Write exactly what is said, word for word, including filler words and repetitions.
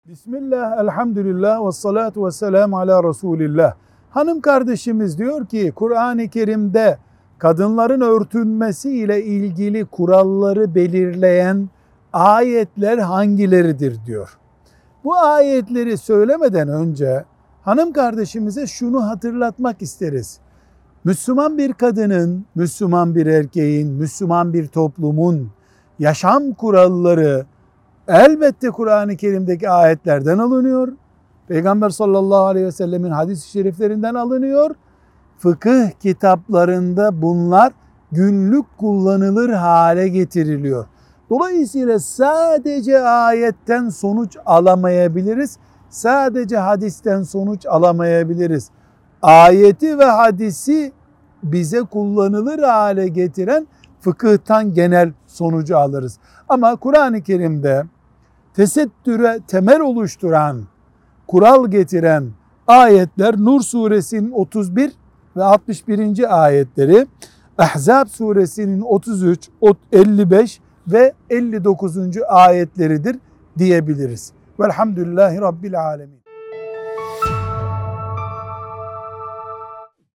Bismillah, elhamdülillah ve salatu ve selamu ala Resulillah. Hanım kardeşimiz diyor ki Kur'an-ı Kerim'de kadınların örtünmesi ile ilgili kuralları belirleyen ayetler hangileridir diyor. Bu ayetleri söylemeden önce hanım kardeşimize şunu hatırlatmak isteriz. Müslüman bir kadının, Müslüman bir erkeğin, Müslüman bir toplumun yaşam kuralları elbette Kur'an-ı Kerim'deki ayetlerden alınıyor. Peygamber sallallahu aleyhi ve sellemin hadis-i şeriflerinden alınıyor. Fıkıh kitaplarında bunlar günlük kullanılır hale getiriliyor. Dolayısıyla sadece ayetten sonuç alamayabiliriz. Sadece hadisten sonuç alamayabiliriz. Ayeti ve hadisi bize kullanılır hale getiren fıkıhtan genel sonucu alırız. Ama Kur'an-ı Kerim'de tesettüre temel oluşturan, kural getiren ayetler Nur suresinin otuz bir ve altmış birinci ayetleri, Ahzab suresinin otuz üç, elli beş ve elli dokuzuncu ayetleridir diyebiliriz. Velhamdülillahi Rabbil alemin.